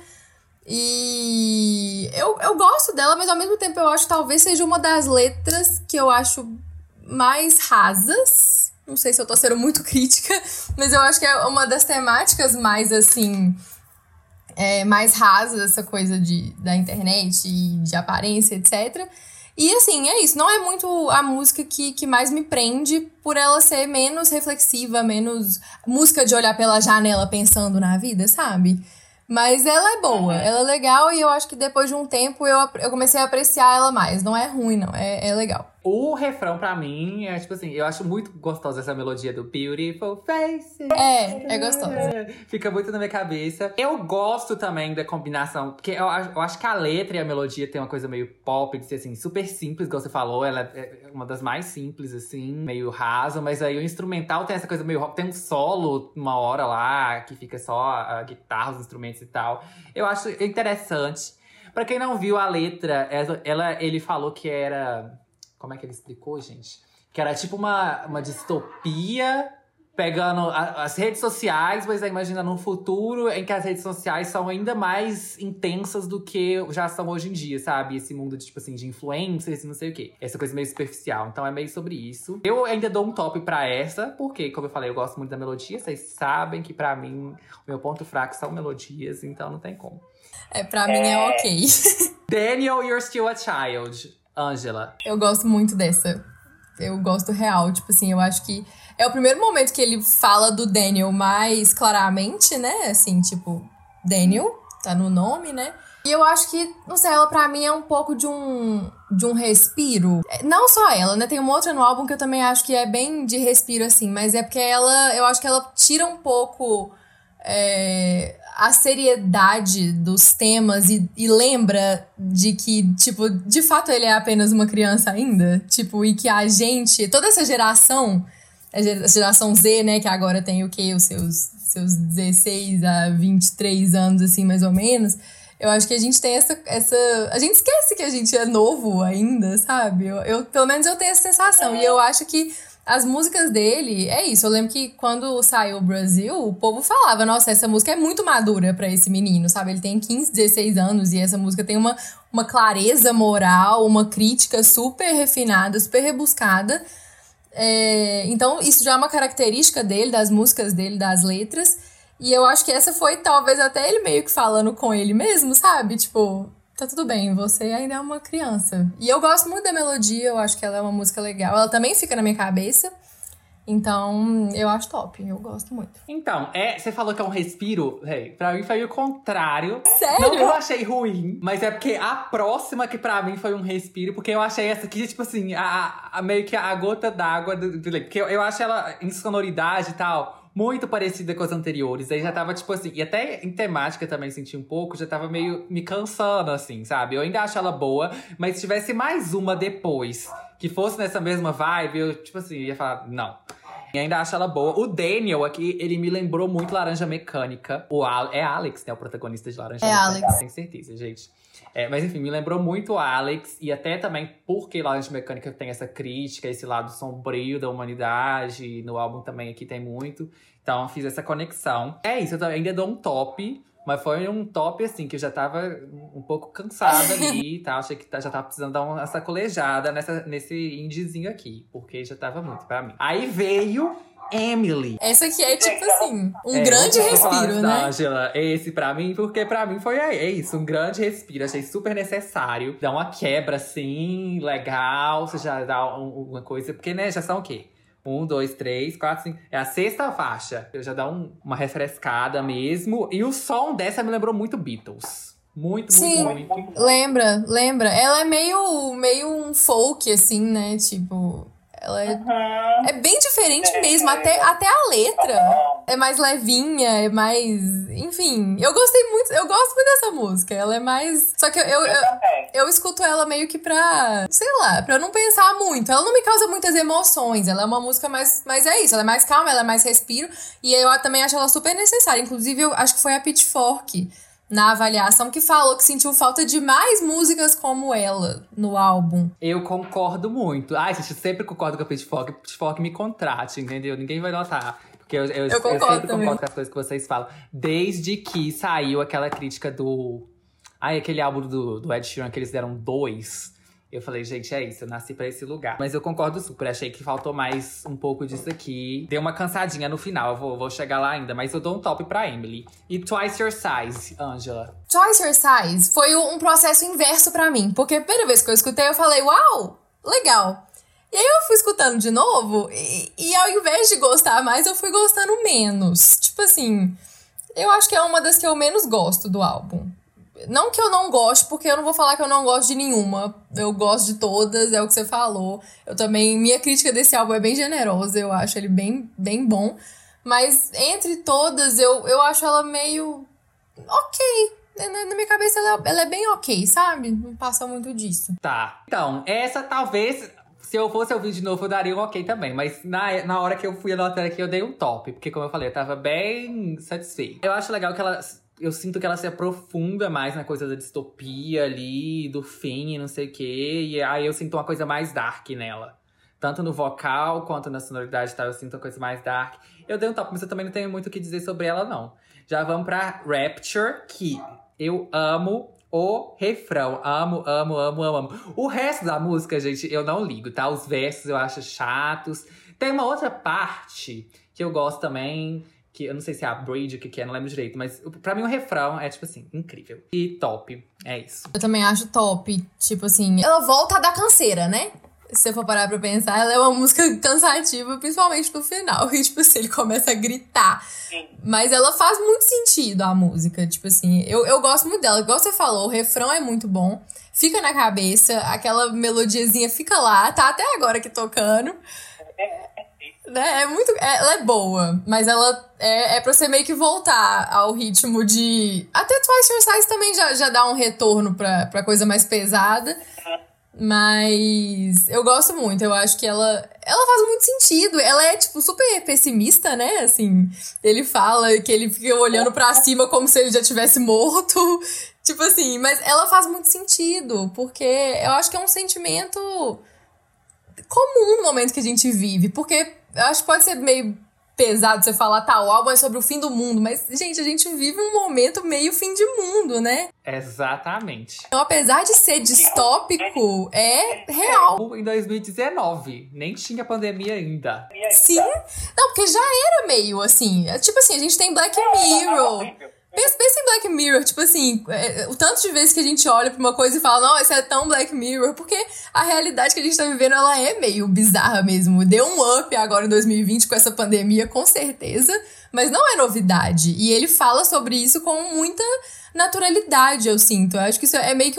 E eu gosto dela, mas ao mesmo tempo eu acho que talvez seja uma das letras que eu acho mais rasas. Não sei se eu tô sendo muito crítica, mas eu acho que é uma das temáticas mais, assim... mais rasas, essa coisa da internet e de aparência, etc. E assim, é isso. Não é muito a música que mais me prende, por ela ser menos reflexiva, menos música de olhar pela janela pensando na vida, sabe? Mas ela é boa, ela é legal, e eu acho que depois de um tempo eu comecei a apreciar ela mais. Não é ruim, não, é legal. O refrão, pra mim, é tipo assim, eu acho muito gostosa essa melodia do Beautiful Face. É gostosa. Fica muito na minha cabeça. Eu gosto também da combinação, porque eu acho que a letra e a melodia tem uma coisa meio pop, de ser assim, super simples, igual você falou. Ela é uma das mais simples, assim, meio rasa. Mas aí o instrumental tem essa coisa meio rock. Tem um solo uma hora lá, que fica só a guitarra, os instrumentos e tal. Eu acho interessante. Pra quem não viu a letra, ele falou que era… Como é que ele explicou, gente? Que era tipo uma distopia, pegando as redes sociais, mas aí imaginando um futuro em que as redes sociais são ainda mais intensas do que já são hoje em dia, sabe? Esse mundo de, tipo assim, de influencers e não sei o quê. Essa coisa meio superficial. Então é meio sobre isso. Eu ainda dou um top pra essa, porque, como eu falei, eu gosto muito da melodia. Vocês sabem que pra mim, o meu ponto fraco são melodias, então não tem como. Pra mim é ok. Daniel, You're Still a Child. Ângela. Eu gosto muito dessa. Eu gosto real. Tipo assim, eu acho que é o primeiro momento que ele fala do Daniel mais claramente, né? Assim, tipo, Daniel, tá no nome, né? E eu acho que, não sei, ela pra mim é um pouco de um respiro. Não só ela, né? Tem uma outra no álbum que eu também acho que é bem de respiro, assim. Mas é porque eu acho que ela tira um pouco… a seriedade dos temas e lembra de que, tipo, de fato ele é apenas uma criança ainda. Tipo, e que a gente, toda essa geração, a geração Z, né, que agora tem o quê? Os seus 16 a 23 anos, assim, mais ou menos. Eu acho que a gente tem essa… A gente esquece que a gente é novo ainda, sabe? Pelo menos eu tenho essa sensação. E eu acho que as músicas dele, é isso. Eu lembro que quando saiu o Brasil, o povo falava, nossa, essa música é muito madura pra esse menino, sabe? Ele tem 15, 16 anos e essa música tem uma clareza moral, uma crítica super refinada, super rebuscada. Então, isso já é uma característica dele, das músicas dele, das letras. E eu acho que essa foi, talvez, até ele meio que falando com ele mesmo, sabe? Tipo… Tá tudo bem, você ainda é uma criança. E eu gosto muito da melodia, eu acho que ela é uma música legal. Ela também fica na minha cabeça. Então, eu acho top, eu gosto muito. Então, você falou que é um respiro, pra mim foi o contrário. Sério? Não que eu achei ruim, mas é porque a próxima que pra mim foi um respiro, porque eu achei essa aqui, tipo assim, meio que a gota d'água do porque eu acho ela em sonoridade e tal muito parecida com as anteriores. Aí já tava, tipo assim… E até em temática também senti um pouco. Já tava meio me cansando, assim, sabe? Eu ainda acho ela boa. Mas se tivesse mais uma depois, que fosse nessa mesma vibe, eu, tipo assim, ia falar… Não. E ainda acho ela boa. O Daniel aqui, ele me lembrou muito Laranja Mecânica. É Alex, né? O protagonista de Laranja Mecânica. Alex. Tenho certeza, gente. Mas enfim, me lembrou muito o Alex. E até também porque Laranja Mecânica tem essa crítica, esse lado sombrio da humanidade. No álbum também aqui tem muito. Então fiz essa conexão. É isso, eu ainda dou um top. Mas foi um top, assim, que eu já tava um pouco cansada ali, tá? Achei que já tava precisando dar uma sacolejada nesse indiezinho aqui. Porque já tava muito pra mim. Aí veio Emily. Essa aqui é, tipo assim, um grande respiro, né? Angela, esse pra mim, porque pra mim foi isso, um grande respiro. Achei super necessário. Dá uma quebra, assim, legal. Você já dá uma coisa… Porque, né, já são o quê? 1, 2, 3, 4, 5… É a sexta faixa. Eu já dá uma refrescada mesmo. E o som dessa me lembrou muito Beatles. Muito, Sim, muito. Lembra. Ela é meio um folk, assim, né? Tipo… Ela é bem diferente mesmo, até a letra é mais levinha, é mais… Enfim, eu gosto muito dessa música, ela é mais… Só que eu escuto ela meio que pra, sei lá, pra eu não pensar muito. Ela não me causa muitas emoções, ela é uma música mais… Mas é isso, ela é mais calma, ela é mais respiro. E eu também acho ela super necessária. Inclusive, eu acho que foi a Pitchfork, na avaliação, que falou que sentiu falta de mais músicas como ela no álbum. Eu concordo muito. Ai, gente, eu sempre concordo com a Pitchfork. Pitchfork me contrate, entendeu? Ninguém vai notar. Porque eu sempre concordo com as coisas que vocês falam. Desde que saiu aquela crítica do… Ai, aquele álbum do Ed Sheeran que eles deram 2. Eu falei, gente, é isso, eu nasci pra esse lugar. Mas eu concordo super, achei que faltou mais um pouco disso aqui. Deu uma cansadinha no final, eu vou chegar lá ainda. Mas eu dou um top pra Emily. E Twice Your Size, Angela? Twice Your Size foi um processo inverso pra mim. Porque a primeira vez que eu escutei, eu falei, uau, legal. E aí eu fui escutando de novo, e ao invés de gostar mais, eu fui gostando menos. Tipo assim, eu acho que é uma das que eu menos gosto do álbum. Não que eu não goste, porque eu não vou falar que eu não gosto de nenhuma. Eu gosto de todas, é o que você falou. Eu também, minha crítica desse álbum é bem generosa, eu acho ele bem, bem bom. Mas entre todas, eu acho ela meio ok. Na minha cabeça ela é bem ok, sabe? Não passa muito disso. Tá. Então, essa talvez, se eu fosse ouvir de novo, eu daria um ok também. Mas na hora que eu fui anotando aqui, eu dei um top. Porque, como eu falei, eu tava bem satisfeito. Eu acho legal que eu sinto que ela se aprofunda mais na coisa da distopia ali, do fim e não sei o quê. E aí eu sinto uma coisa mais dark nela. Tanto no vocal quanto na sonoridade e tal, eu sinto uma coisa mais dark. Eu dei um top, mas eu também não tenho muito o que dizer sobre ela, não. Já vamos pra Rapture, que eu amo o refrão. Amo, amo, amo, amo, amo. O resto da música, gente, eu não ligo, tá? Os versos eu acho chatos. Tem uma outra parte que eu gosto também, que eu não sei se é a bridge, o que é, não lembro direito. Mas pra mim o refrão é, tipo assim, incrível. E top, é isso. Eu também acho top, tipo assim, ela volta a dar canseira, né? Se você for parar pra pensar, ela é uma música cansativa, principalmente no final. E, tipo assim, ele começa a gritar. Mas ela faz muito sentido, a música. Tipo assim, eu gosto muito dela. Igual você falou, o refrão é muito bom. Fica na cabeça, aquela melodiazinha fica lá. Tá até agora aqui tocando. Né? Ela é boa, mas ela é pra você meio que voltar ao ritmo de... Até Twice Your Size também já dá um retorno pra coisa mais pesada. Mas eu gosto muito, eu acho que ela faz muito sentido. Ela é, tipo, super pessimista, né? Assim, ele fala que ele fica olhando pra cima como se ele já tivesse morto. Tipo assim, mas ela faz muito sentido, porque eu acho que é um sentimento comum no momento que a gente vive. Porque eu acho que pode ser meio pesado você falar, tá, o álbum é sobre o fim do mundo. Mas, gente, a gente vive um momento meio fim de mundo, né? Exatamente. Então, apesar de ser distópico, é real. Em 2019, nem tinha pandemia ainda. Sim. Não, porque já era meio assim. Tipo assim, a gente tem Black Mirror. Pensa em Black Mirror, tipo assim, o tanto de vezes que a gente olha pra uma coisa e fala, não, isso é tão Black Mirror, porque a realidade que a gente tá vivendo, ela é meio bizarra mesmo. Deu um up agora em 2020 com essa pandemia, com certeza, mas não é novidade. E ele fala sobre isso com muita naturalidade, eu sinto. Eu acho que isso é meio que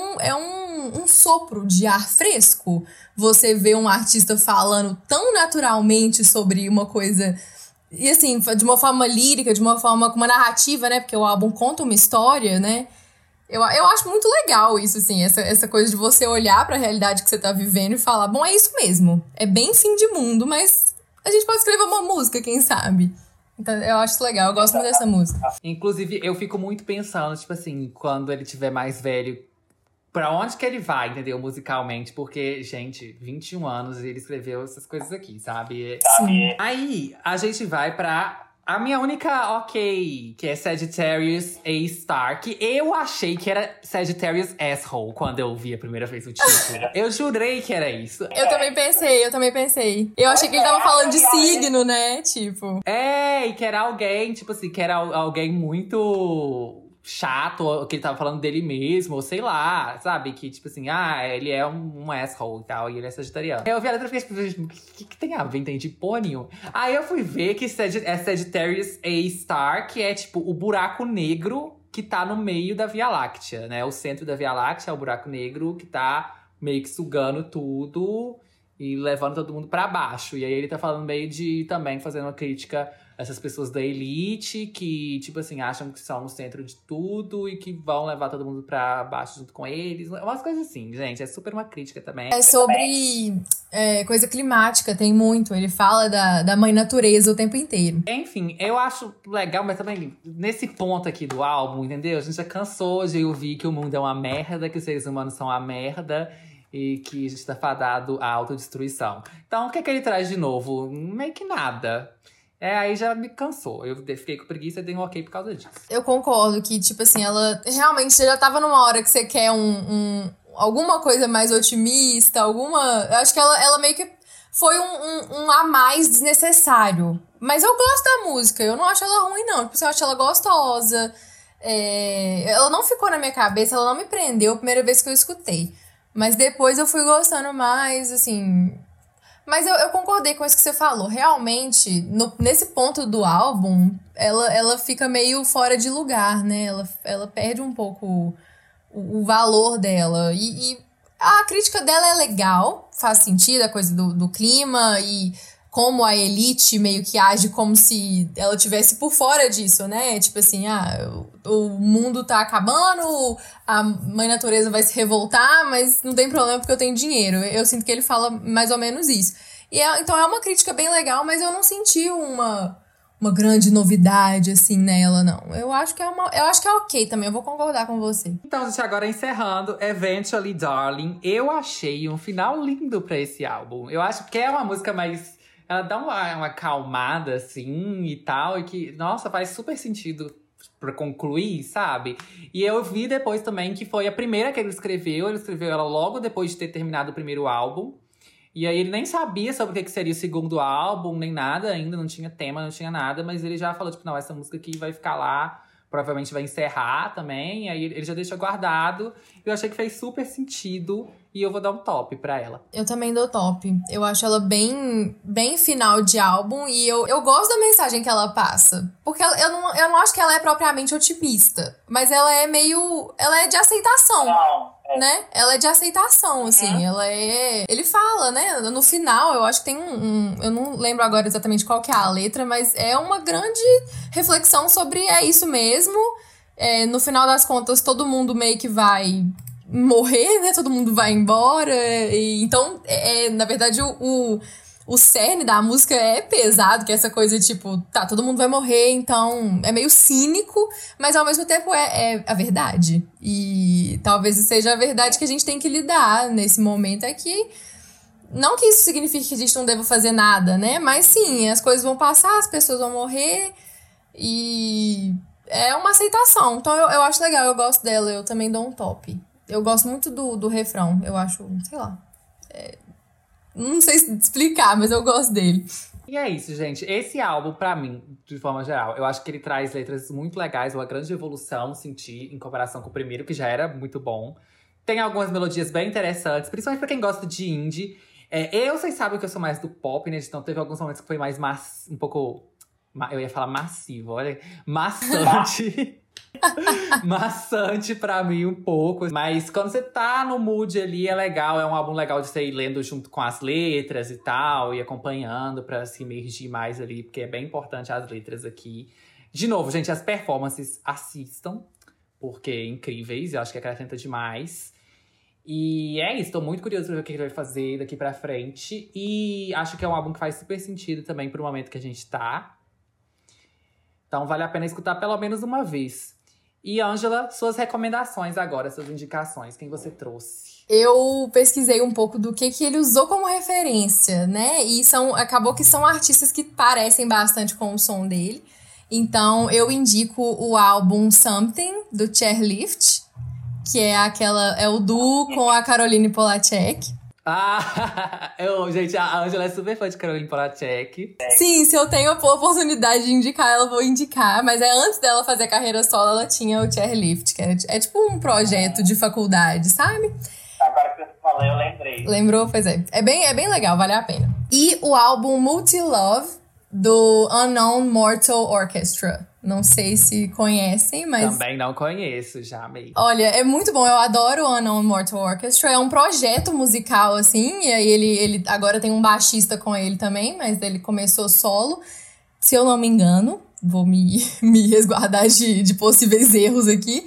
um sopro de ar fresco. Você vê um artista falando tão naturalmente sobre uma coisa... E assim, de uma forma lírica, de uma forma com uma narrativa, né? Porque o álbum conta uma história, né? Eu acho muito legal isso, assim, essa coisa de você olhar pra realidade que você tá vivendo e falar, bom, é isso mesmo. É bem fim de mundo, mas a gente pode escrever uma música, quem sabe? Então, eu acho legal, eu gosto muito dessa música. Inclusive, eu fico muito pensando, tipo assim, quando ele tiver mais velho, pra onde que ele vai, entendeu? Musicalmente. Porque, gente, 21 anos e ele escreveu essas coisas aqui, sabe? Sim. Aí, a gente vai pra a minha única ok, que é Sagittarius A-Star. Que eu achei que era Sagittarius Asshole quando eu vi a primeira vez o título. Eu jurei que era isso. Eu também pensei. Eu achei que ele tava falando de signo, né? Tipo. E que era alguém, tipo assim, que era alguém muito... chato, ou que ele tava falando dele mesmo, ou sei lá, sabe? Que, tipo assim, ele é um asshole e tal, e ele é sagitariano. Aí eu vi a letra e fiquei, tipo, o que tem a ver? Entendi porra nenhuma. Aí eu fui ver que é Sagittarius A-Star, que é, tipo, o buraco negro que tá no meio da Via Láctea, né? O centro da Via Láctea é o buraco negro que tá meio que sugando tudo e levando todo mundo pra baixo. E aí ele tá falando meio de, também, fazendo uma crítica essas pessoas da elite que, tipo assim, acham que são o centro de tudo e que vão levar todo mundo pra baixo junto com eles. Umas coisas assim, gente. É super uma crítica também. É sobre coisa climática, tem muito. Ele fala da mãe natureza o tempo inteiro. Enfim, eu acho legal, mas também nesse ponto aqui do álbum, entendeu? A gente já cansou de ouvir que o mundo é uma merda, que os seres humanos são uma merda e que a gente tá fadado à autodestruição. Então, o que é que ele traz de novo? Meio que nada. Aí já me cansou. Eu fiquei com preguiça e dei um ok por causa disso. Eu concordo que, tipo assim, ela realmente já tava numa hora que você quer alguma coisa mais otimista, eu acho que ela meio que foi um a mais desnecessário. Mas eu gosto da música, eu não acho ela ruim, não. Tipo, eu acho ela gostosa. Ela não ficou na minha cabeça, ela não me prendeu a primeira vez que eu escutei. Mas depois eu fui gostando mais, assim... Mas eu concordei com isso que você falou. Realmente, nesse ponto do álbum, ela fica meio fora de lugar, né? Ela perde um pouco o valor dela. E a crítica dela é legal, faz sentido, a coisa do clima e como a elite meio que age como se ela tivesse por fora disso, né? Tipo assim, o mundo tá acabando, a mãe natureza vai se revoltar, mas não tem problema porque eu tenho dinheiro. Eu sinto que ele fala mais ou menos isso. Então é uma crítica bem legal, mas eu não senti uma grande novidade, assim, nela, não. Eu acho que é ok também, eu vou concordar com você. Então, gente, agora encerrando, Eventually Darling, eu achei um final lindo pra esse álbum. Eu acho que é uma música mais… Ela dá uma acalmada, assim, e tal. E que, nossa, faz super sentido pra concluir, sabe? E eu vi depois também que foi a primeira que ele escreveu. Ele escreveu ela logo depois de ter terminado o primeiro álbum. E aí ele nem sabia sobre o que seria o segundo álbum, nem nada ainda. Não tinha tema, não tinha nada. Mas ele já falou, tipo, não, essa música aqui vai ficar lá. Provavelmente vai encerrar também. Aí ele já deixou guardado. Eu achei que fez super sentido. E eu vou dar um top pra ela. Eu também dou top. Eu acho ela bem final de álbum. E eu gosto da mensagem que ela passa. Porque eu não acho que ela é propriamente otimista. Mas ela é meio… Ela é de aceitação. Não. Né? Ela é de aceitação, assim. Ela é… Ele fala, né? No final, eu acho que tem eu não lembro agora exatamente qual que é a letra, mas é uma grande reflexão sobre é isso mesmo. No final das contas, todo mundo meio que vai morrer, né? Todo mundo vai embora. Então, na verdade, o cerne da música é pesado, que é essa coisa, tipo, tá, todo mundo vai morrer, então é meio cínico, mas ao mesmo tempo é a verdade. E talvez seja a verdade que a gente tem que lidar nesse momento, é que não que isso signifique que a gente não deva fazer nada, né? Mas sim, as coisas vão passar, as pessoas vão morrer e é uma aceitação. Então eu acho legal, eu gosto dela, eu também dou um top. Eu gosto muito do refrão, eu acho, sei lá, não sei explicar, mas eu gosto dele. E é isso, gente. Esse álbum, pra mim, de forma geral, eu acho que ele traz letras muito legais, uma grande evolução, senti, em comparação com o primeiro, que já era muito bom. Tem algumas melodias bem interessantes, principalmente pra quem gosta de indie. Vocês sabem que eu sou mais do pop, né? Então teve alguns momentos que foi mais um pouco… Eu ia falar massivo, olha. Maçante. Maçante pra mim um pouco. Mas quando você tá no mood ali, é legal. É um álbum legal de você ir lendo junto com as letras e tal. E acompanhando pra se imergir mais ali. Porque é bem importante as letras aqui. De novo, gente, as performances assistam. Porque incríveis, eu acho que acrescenta demais. E é isso, tô muito curioso pra ver o que ele vai fazer daqui pra frente. E acho que é um álbum que faz super sentido também pro momento que a gente tá. Então vale a pena escutar pelo menos uma vez. E, Ângela, suas recomendações agora, suas indicações, quem você trouxe? Eu pesquisei um pouco do que ele usou como referência, né? E acabou que são artistas que parecem bastante com o som dele. Então, eu indico o álbum Something, do Chairlift, que é o duo com a Caroline Polachek. Gente, a Ângela é super fã de Caroline Polachek. Sim, se eu tenho a oportunidade de indicar ela, eu vou indicar. Mas antes dela fazer carreira solo, ela tinha o Chairlift, que é tipo um projeto de faculdade, sabe? Agora que você falou, eu lembrei. Lembrou? Pois é. É bem legal, vale a pena. E o álbum Multi-Love, do Unknown Mortal Orchestra. Não sei se conhecem, mas… Também não conheço, já amei. Olha, é muito bom, eu adoro o Unknown Mortal Orchestra. É um projeto musical, assim, e aí ele agora tem um baixista com ele também, mas ele começou solo. Se eu não me engano, vou me resguardar de possíveis erros aqui.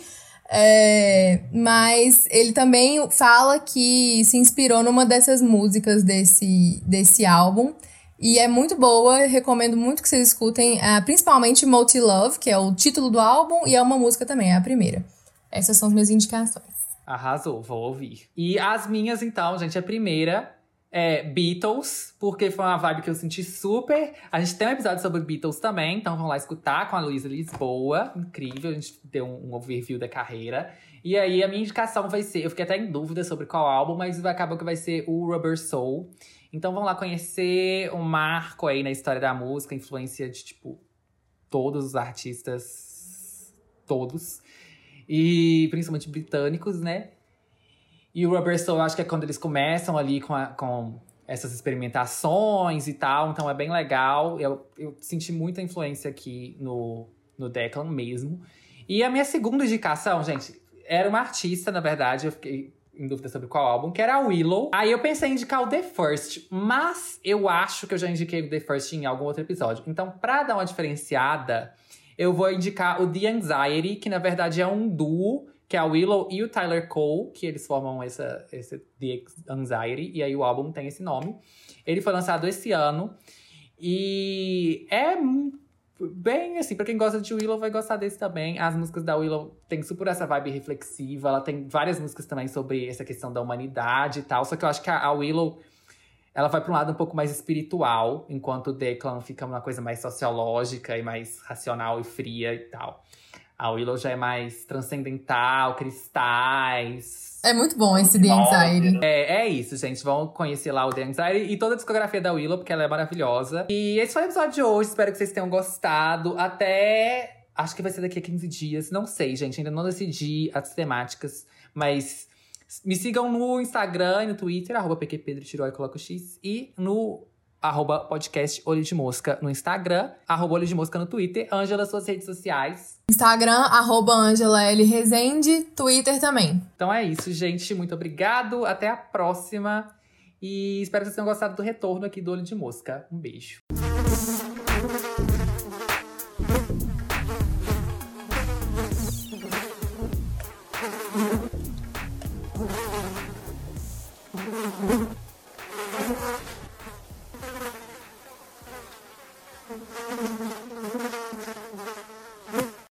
Mas ele também fala que se inspirou numa dessas músicas desse álbum. E é muito boa, recomendo muito que vocês escutem, principalmente Multi-Love, que é o título do álbum, e é uma música também, é a primeira. Essas são as minhas indicações. Arrasou, vou ouvir. E as minhas, então, gente, a primeira é Beatles, porque foi uma vibe que eu senti super. A gente tem um episódio sobre Beatles também, então vamos lá escutar com a Luísa Lisboa. Incrível, a gente deu um overview da carreira. E aí, a minha indicação vai ser… Eu fiquei até em dúvida sobre qual álbum, mas acabou que vai ser o Rubber Soul. Então vamos lá conhecer um marco aí na história da música, influência de, tipo, todos os artistas, todos. E principalmente britânicos, né? E o Rubber Soul, acho que é quando eles começam ali com essas experimentações e tal. Então é bem legal. Eu senti muita influência aqui no Declan mesmo. E a minha segunda indicação, gente, era uma artista, na verdade. Eu fiquei em dúvida sobre qual álbum, que era a Willow. Aí eu pensei em indicar o The First, mas eu acho que eu já indiquei o The First em algum outro episódio. Então, pra dar uma diferenciada, eu vou indicar o The Anxiety, que na verdade é um duo, que é a Willow e o Tyler Cole, que eles formam esse The Anxiety, e aí o álbum tem esse nome. Ele foi lançado esse ano, e é bem assim, pra quem gosta de Willow vai gostar desse também. As músicas da Willow tem super essa vibe reflexiva, ela tem várias músicas também sobre essa questão da humanidade e tal, só que eu acho que a Willow, ela vai pra um lado um pouco mais espiritual, enquanto o Declan fica uma coisa mais sociológica e mais racional e fria e tal. A Willow já é mais transcendental, cristais. É muito bom esse The Anxiety. É isso, gente. Vão conhecer lá o The Anxiety e toda a discografia da Willow, porque ela é maravilhosa. E esse foi o episódio de hoje. Espero que vocês tenham gostado. Até… acho que vai ser daqui a 15 dias. Não sei, gente. Ainda não decidi as temáticas. Mas me sigam no Instagram e no Twitter, @pqpedro, tirou e coloca o X. E no @podcast Olho de Mosca no Instagram, @Olho de Mosca no Twitter. Ângela, suas redes sociais. Instagram, @AngelaLRezende, Twitter também. Então é isso, gente. Muito obrigado. Até a próxima. E espero que vocês tenham gostado do retorno aqui do Olho de Mosca. Um beijo.